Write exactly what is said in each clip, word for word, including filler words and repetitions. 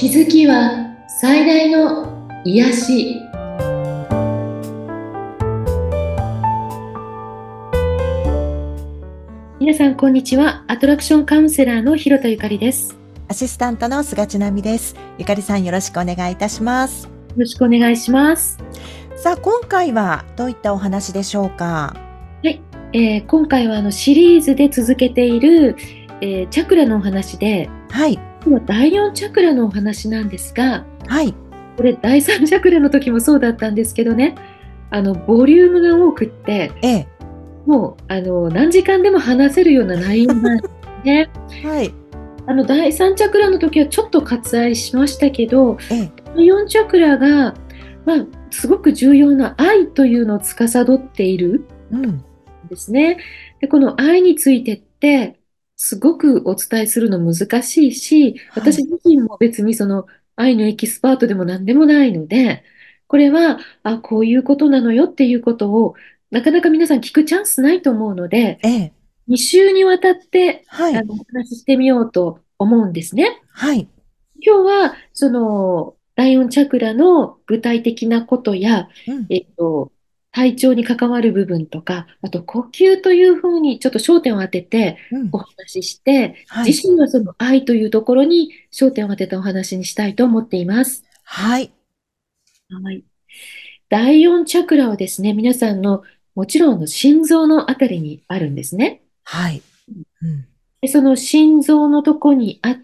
気づきは最大の癒し。皆さんこんにちは。アトラクションカウンセラーの広田ゆかりです。よアシスタントの菅千奈美です。ゆかりさん、よろしくお願いいたします。 ろしくお願いします。 さあ、今回はどういったお話でしょうか？ はい、えー今回はあのシリーズで続けている、えーチャクラのお話で、 はい、 今日はだいよんチャクラのお話なんですが、 はい、 これだいさんチャクラの時もそうだったんですけどね、あのボリュームが多くって、 ええ、 もうあの何時間でも話せるような内容なんですね。 はい、 あのだいさんチャクラの時はちょっと割愛しましたけど、 ええ、 よんチャクラが、まあ、すごく重要な愛というのを司っているうん、 んですね。で、この愛についてってすごくお伝えするの難しいし、 はい、 私自身も別にその愛のエキスパートでも何でもないので、これは、あ、こういうことなのよっていうことをなかなか皆さん聞くチャンスないと思うので、 ええ、 に週にわたってはい、 あのお話ししてみようと思うんですね。 はい、 今日はそのだいよんチャクラの具体的なことや、 うん、 えっと、体調に関わる部分とか、あと呼吸というふうにちょっと焦点を当ててうん、 お話しして、 はい、 自身はその愛というところに焦点を当てたお話にしたいと思っています。 はい、 はい。だいよんチャクラはですね、皆さんのもちろんの心臓のあたりにあるんですね。 はい、うん、 で、その心臓のとこにあって、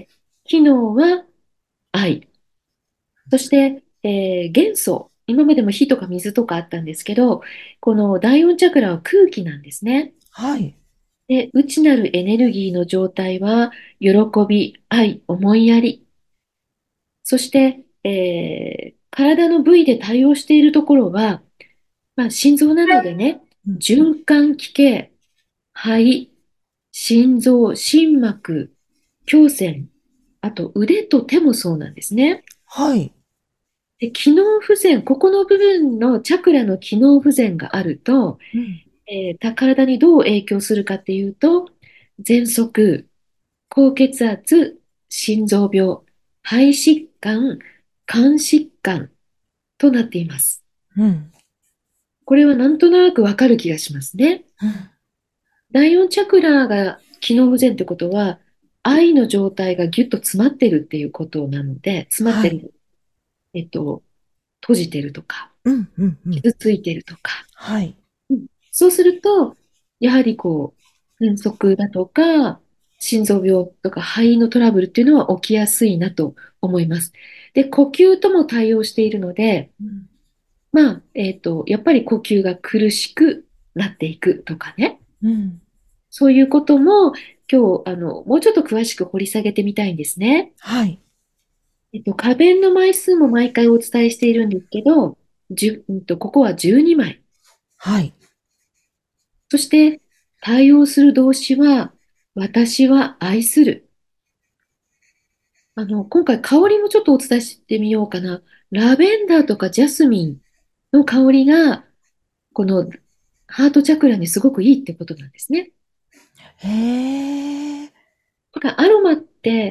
機能は愛。そして、えー元素。今までも火とか水とかあったんですけど、この第四チャクラは空気なんですね。 はい、 で、内なるエネルギーの状態は、喜び、愛、思いやり。そして、えー体の部位で対応しているところは、まあ、心臓なのでね、 うん、 循環器系、肺、心臓、心膜、胸腺、あと腕と手もそうなんですね。 はい、 で、機能不全、ここの部分のチャクラの機能不全があると、 うん、 えーた体にどう影響するかっていうと、喘息、高血圧、心臓病、肺疾患、肝疾患となっています。 うん、 これはなんとなくわかる気がしますね。 うん、 だいよんチャクラが機能不全ってことは、愛の状態がぎゅっと詰まってるっていうことなので、詰まっはい、 てる、えっと、閉じてるとか、 うん、うん、うん、 傷ついてるとか、 はい、 うん、そうすると、やはりこう、喘息だとか、心臓病とか肺のトラブルっていうのは起きやすいなと思います。で、呼吸とも対応しているので、 うん、 まあ、えっと、やっぱり呼吸が苦しくなっていくとかね、 うん、 そういうことも今日、あの、もうちょっと詳しく掘り下げてみたいんですね。 はい、 えっと、花弁の枚数も毎回お伝えしているんですけど、じゅうんと、ここはじゅうにまい。 はい、 そして、対応する動詞は、私は愛する。あの、今回香りもちょっとお伝えしてみようかな。ラベンダーとかジャスミンの香りが、このハートチャクラにすごくいいってことなんですね。 へえ、 だからアロマって、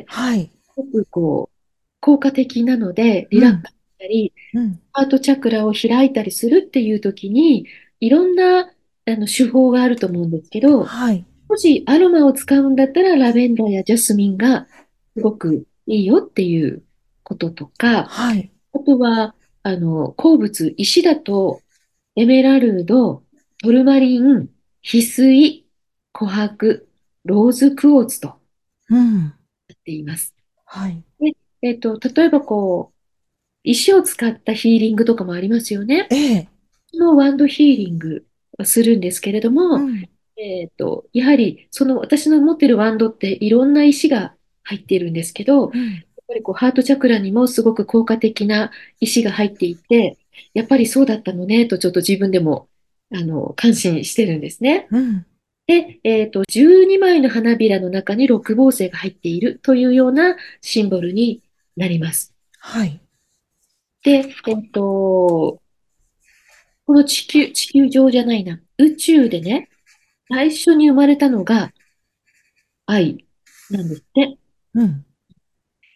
はい、 すごくこう、効果的なので、リうん、 ラックスしたり、 うん、 ハートチャクラを開いたりするっていう時に、いろんなあの手法があると思うんですけど、 はい、 もしアロマを使うんだったらラベンダーやジャスミンがすごくいいよっていうこととか、 はい、 あとは、あの、鉱物、石だとエメラルド、トルマリン、翡翠、琥珀、ローズクォーツとなうん、 っています。 はい。 で、えっと、例えばこう、石を使ったヒーリングとかもありますよね。 ええ、 のワンドヒーリングをするんですけれども、 うん、 えっと、やはりその私の持ってるワンドっていろんな石が入っているんですけど、 うん、 やっぱりこうハートチャクラにもすごく効果的な石が入っていて、やっぱりそうだったのねとちょっと自分でもあの感心してるんですね。 うん、 で、えっと、じゅうにまいの花びらの中に六芒星が入っているというようなシンボルになります。 はい、 で、えっと、この地球、地球上じゃないな、宇宙でね、最初に生まれたのが愛なんですって。 うん、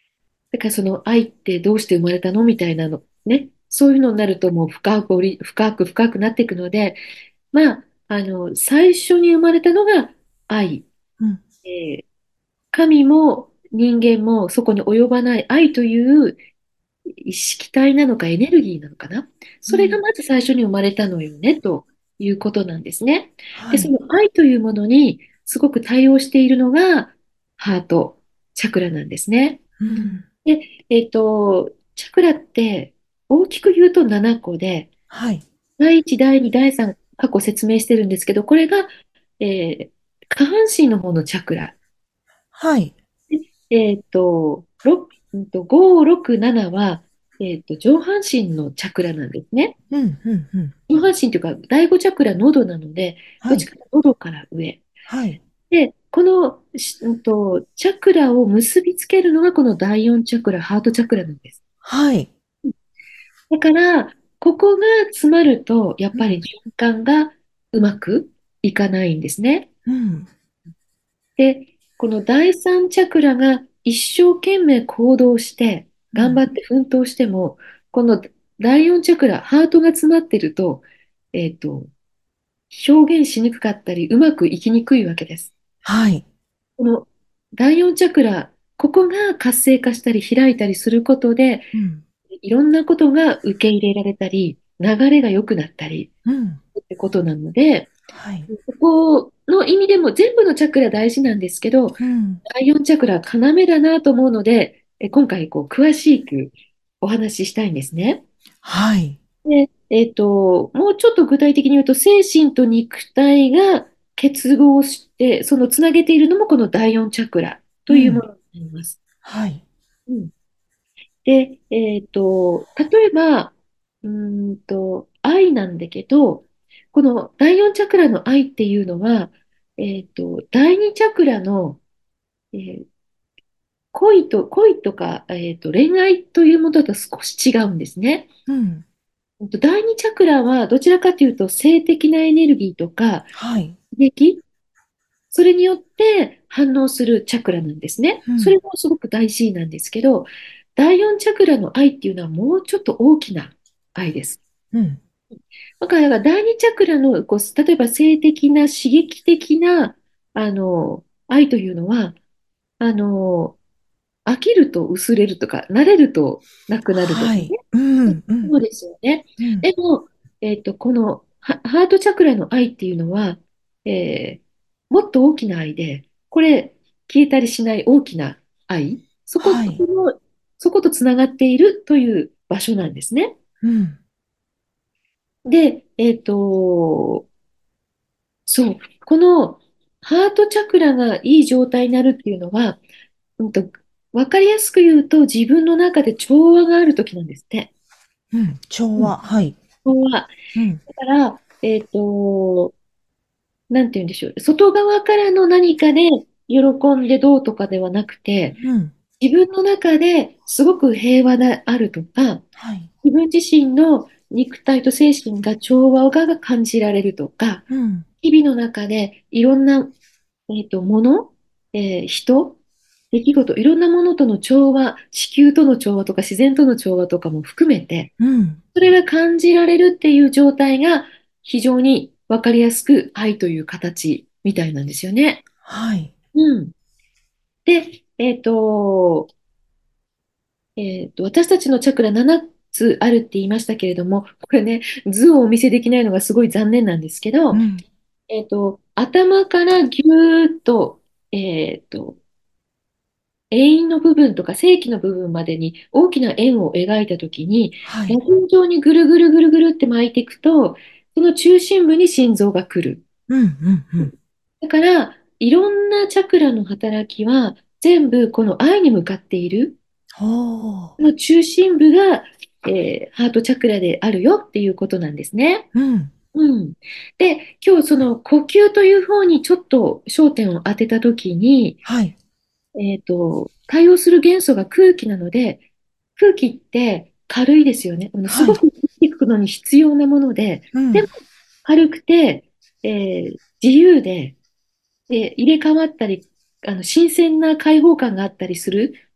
だからその愛ってどうして生まれたのみたいなの、ね。そういうのになるともう深くおり、深く深くなっていくので、まあ、あの、最初に生まれたのが愛。 うん。 えー神も人間もそこに及ばない愛という意識体なのかエネルギーなのかな。それがうん。 まず最初に生まれたのよね、ということなんですね。で、そはい。 の愛というものにすごく対応しているのがハート、チャクラなんですね。うん。 うん。 で、えっと、チャクラって大きく言うとななこで、 はい。 だいいち、だいに、だいさん、過去説明してるんですけど、これが、えー下半身の方のチャクラ。 はい。 でえっと、ろくうんとご、ろく、ななは、えっと、上半身のチャクラなんですね。 うん、うん、うん。 上半身というか、だいごチャクラ、喉なので、どはい。 っちかというと喉から上。 はい。 で、この、しうんと、チャクラを結びつけるのがこのだいよんチャクラ、ハートチャクラなんです。 はい。 だから、ここが詰まると、やっうん。 ぱり循環がうまくいかないんですね。 うん。 で、このだいさんチャクラが一生懸命行動して、 うん。 頑張って奮闘しても、このだいよんチャクラ、ハートが詰まってると、えっと、表現しにくかったり、うまくいきにくいわけです。 はい。 このだいよんチャクラ、ここが活性化したり開いたりすることで、 うん。 いろんなことが受け入れられたり、流れが良くなったりうん。 ってことなので、 はい。 ここの意味でも全部のチャクラ大事なんですけど、 うん。 だいよんチャクラ要だなと思うので、え今回こう詳しくお話ししたいんですね。 はい。 で、えっと、もうちょっと具体的に言うと、精神と肉体が結合して、そのつなげているのもこのだいよんチャクラうん。 というものになります。 はい。 うん、で、えっと、例えば、うーんと、愛なんだけど、このだいよんチャクラの愛っていうのは、えっと、だいにチャクラの、えー恋と、恋とか、えっと、恋愛というものとは少し違うんですね。 うん。 えっとだいにチャクラはどちらかというと性的なエネルギーとかはい。 刺激、それによって反応するチャクラなんですね。 うん。 それもすごく大事なんですけど、だいよんチャクラの愛っていうのはもうちょっと大きな愛です。 うん。 だからだいにチャクラのこう例えば性的な刺激的なあの愛というのは、あの飽きると薄れるとか、慣れるとなくなるとかね。 はい。うん。うん。 そうですよね。 うん。 でも、えっと、このハ、ハートチャクラの愛っていうのは、えーもっと大きな愛で、これ、消えたりしない大きな愛、そこ、 はい。 そのそことつながっているという場所なんですね。 うん。 で、えっと、そう、このハートチャクラがいい状態になるっていうのは、うんと、わかりやすく言うと、自分の中で調和があるときなんですって。 うん。調うん、 和。はい。 調和。だうん。 から、えっと、なんて言うんでしょう。外側からの何かで喜んでどうとかではなくて、 うん。 自分の中ですごく平和であるとか、 はい。 自分自身の肉体と精神が調和が感じられるとか、 うん。 日々の中でいろんな、えっと、もの、えー人、出来事、いろんなものとの調和、地球との調和とか自然との調和とかも含めて、 うん。 それが感じられるっていう状態が非常にわかりやすく愛という形みたいなんですよね。 はい。 うん。で、えっと、えっと、私たちのチャクラななつあるって言いましたけれども、これね、図をお見せできないのがすごい残念なんですけど、 うん。 えっと、頭からぎゅーっと、えっと、円の部分とか正規の部分までに大きな円を描いたときに、螺はい。 旋状にぐるぐるぐるぐるって巻いていくと、その中心部に心臓が来る。 うん。うん。うん。 だから、いろんなチャクラの働きは全部この愛に向かっている。 ほその中心部が、えーハートチャクラであるよっていうことなんですね。 う。うん。 うん。で、今日その呼吸という方にちょっと焦点を当てたときに、 はい。 えっと、対応する元素が空気なので、空気って軽いですよね。あのすはい。 ごく生きていくのに必要なもので、 うん。 でも軽くて、えー自由で、で、入れ替わったり、あの新鮮な開放感があったりする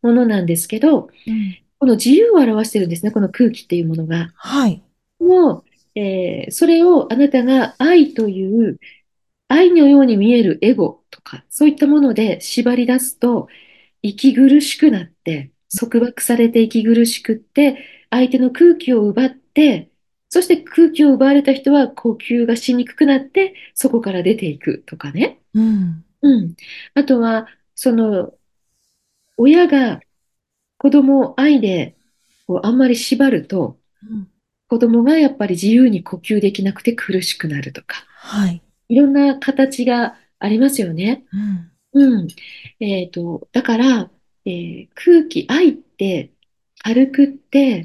ものなんですけど、 うん。 この自由を表してるんですね、この空気っていうものが。 はい。 もう、えーそれをあなたが愛という愛のように見えるエゴとか、そういったもので縛り出すと、息苦しくなって、束縛されて息苦しくって、相手の空気を奪って、そして空気を奪われた人は呼吸がしにくくなって、そこから出ていくとかね。 うん。 うん。あとは、その、親が子供を愛でこうあんまり縛ると、 うん。 子供がやっぱり自由に呼吸できなくて苦しくなるとか、 はい。 いろんな形がありますよね。 うん。 うん。えっと、だから、えー空気、愛って軽くって、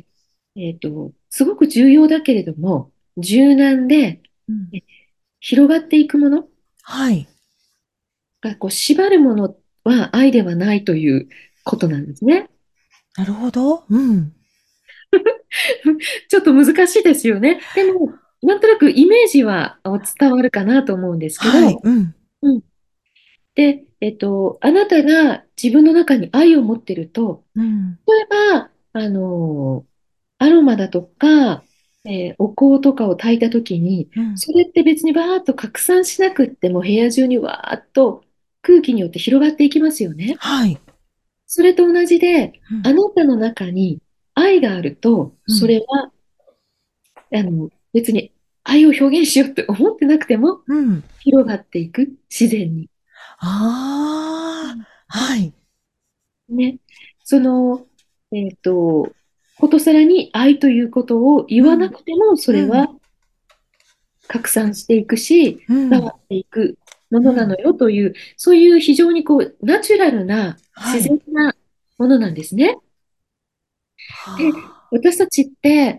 えっと、すごく重要だけれども、柔軟でうん。 え広がっていくものはい。 が、こう、縛るものは愛ではないということなんですね。 なるほど。うん。 ちょっと難しいですよね。でも、なんとなくイメージはあ伝わるかなと思うんですけはい。 ど、 うん。 うん。で、えっと、あなたが自分の中に愛を持ってると、 うん。 例えば、あの、アロマだとか、えーお香とかを焚いたときに、 うん。 それって別にバーッと拡散しなくっても部屋中にわーっと空気によって広がっていきますよね。 はい。 それと同じで、 うん。 あなたの中に愛があると、 うん。 それはあの別に愛を表現しようって思ってなくてもうん。 広がっていく、自然に。 ああ、 うんはい。 ね。その、えっと、ことさらに愛ということを言わなうん。 くても、そうん。 れは拡散していくし、 うん。 伝わっていくもうん。 のなのよという、そういう非常にこう、ナチュラルな自はい。 然なものなんですね。で、 はあ。 私たちって、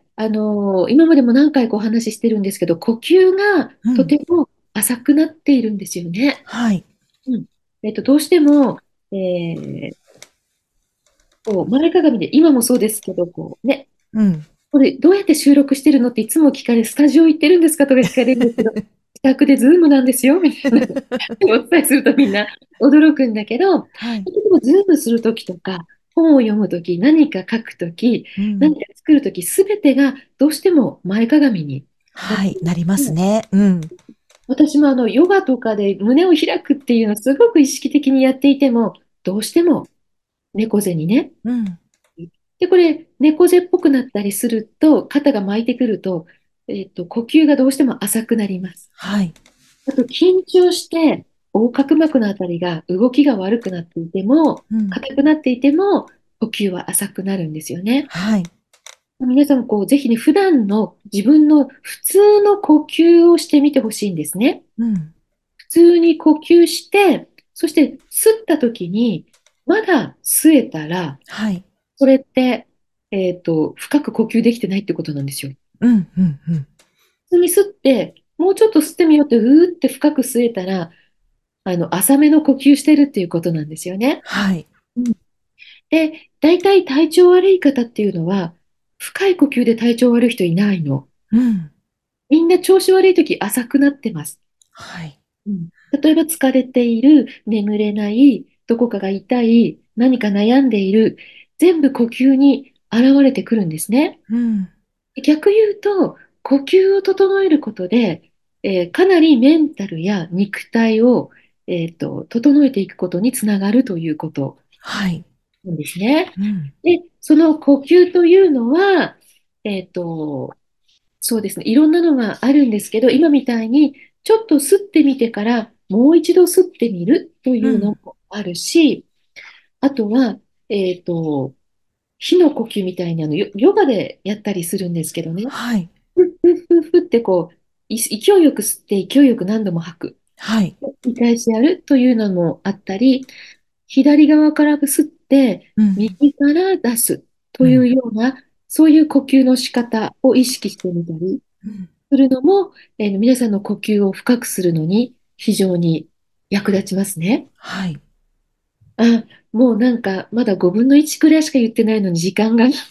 あの、今までも何回かお話ししてるんですけど、呼吸がうん。 とても浅くなっているんですよね。 はい。 うん。えっと、どうしても、えーこう前かがみで、今もそうですけど、こうね、 うん。 これどうやって収録してるのっていつも聞かれる、スタジオ行ってるんですかとか聞かれるんですけど、自宅でズームなんですよ、みたいな。お伝えするとみんな驚くんだけど、 はい。 例えばズームするときとか、本を読むとき、何か書くとき、 うん。 何か作るとき、すべてがどうしても前かがみになっはい。 ている。 なりますね。うん。 私もあのヨガとかで胸を開くっていうのをすごく意識的にやっていても、どうしても猫背にね、 うん。 で、これ、猫背っぽくなったりすると、肩が巻いてくると、えっと、呼吸がどうしても浅くなります。 はい。 あと、緊張して、横隔膜のあたりが動きが悪くなっていても、 うん。 硬くなっていても、呼吸は浅くなるんですよね。 はい。 皆さん、こう、ぜひね、普段の自分の普通の呼吸をしてみてほしいんですね。 うん。 普通に呼吸して、そして吸った時に、まだ吸えたら、 はい。 それって、えっと、深く呼吸できてないってことなんですよ。 うん。うん。うん。 普通に吸って、もうちょっと吸ってみようって、うーって深く吸えたら、あの、浅めの呼吸してるっていうことなんですよね。 はい。 うん。で、大体体調悪い方っていうのは、深い呼吸で体調悪い人いないの。 うん。 みんな調子悪い時浅くなってます。 はい。 うん。例えば疲れている、眠れない、どこかが痛い、何か悩んでいる、全部呼吸に現れてくるんですね。 うん。 逆言うと、呼吸を整えることで、えーかなりメンタルや肉体を、えーと、整えていくことにつながるということはい。 なんですね。 うん。 で、その呼吸というのは、えっと、そうですね、いろんなのがあるんですけど、今みたいにちょっと吸ってみてからもう一度吸ってみるというのうん。 もあるし、あとは、えっと、火の呼吸みたいなの、ヨヨガでやったりするんですけどね。 はい。 ふっふっふっふってこう、い勢いよく吸って勢いよく何度も吐く。 はい。 繰り返しやるというのもあったり、左側から吸ってうん。 右から出すというん。 うような、そういう呼吸の仕方を意識してみたりうん。 するのも、えー皆さんの呼吸を深くするのに非常に役立ちますね。 はい。 あ、もうなんかまだごぶんのいちくらいしか言ってないのに時間がな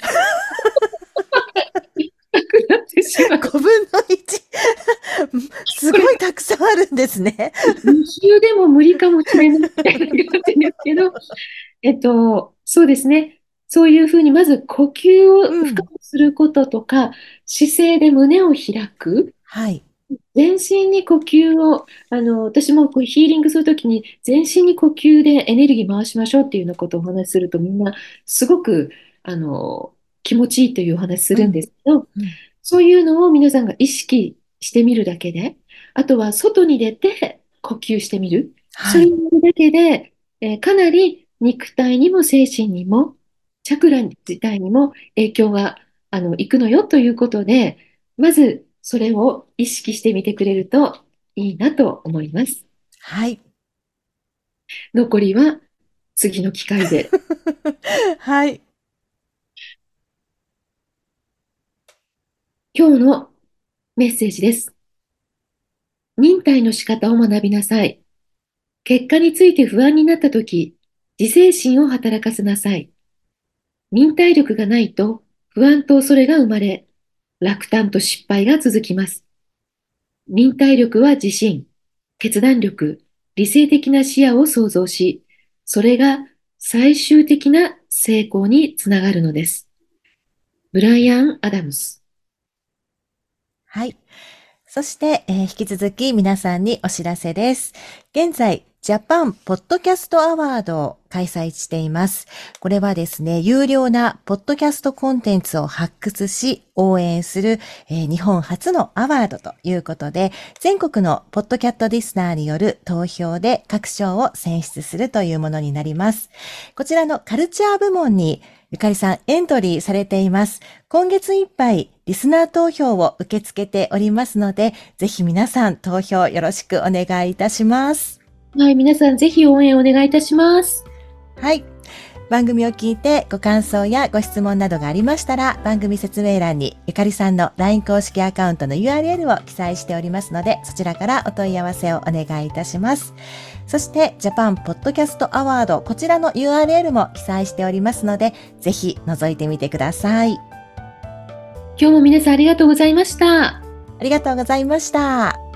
くなってしまう。 ごぶんのいち。すこれごいたくさんあるんですね。 に週でも無理かもしれないみたいな感じですけど、えっと、 そうですね。そういうふうに、まず呼吸をうん。 深くすることとか、姿勢で胸を開く。 はい。 全身に呼吸を、あの、私もこうヒーリングするときに、全身に呼吸でエネルギー回しましょうっていうようなことをお話しすると、みんなすごく、あの、気持ちいいというお話するんうん。 ですけど、 うん。 そういうのを皆さんが意識してみるだけで、あとは外に出て呼吸してみる。そはい。 れをやるだけで、えーかなり肉体にも精神にも、チャクラ自体にも影響が、あの、いくのよということで、まずそれを意識してみてくれるといいなと思います。 はい。 残りは次の機会で。 はい。 今日のメッセージです。忍耐の仕方を学びなさい。結果について不安になったとき、自制心を働かせなさい。忍耐力がないと不安と恐れが生まれ、落胆と失敗が続きます。忍耐力は自信、決断力、理性的な視野を創造し、それが最終的な成功につながるのです。ブライアン・アダムス。 はい。そして、えー引き続き皆さんにお知らせです。現在、ジャパンポッドキャストアワードを開催しています。これはですね、有料なポッドキャストコンテンツを発掘し、応援する、えー日本初のアワードということで、全国のポッドキャットリスナーによる投票で各賞を選出するというものになります。こちらのカルチャー部門にゆかりさんエントリーされています。今月いっぱいリスナー投票を受け付けておりますので、ぜひ皆さん投票よろしくお願いいたします。 はい、皆さんぜひ応援お願いいたします。 はい。番組を聞いてご感想やご質問などがありましたら、番組説明欄にゆかりさんの ライン 公式アカウントの ユーアールエル を記載しておりますので、そちらからお問い合わせをお願いいたします。そして、ジャパンポッドキャストアワード、こちらの ユーアールエル も記載しておりますので、ぜひ覗いてみてください。 今日も皆さんありがとうございました。 ありがとうございました。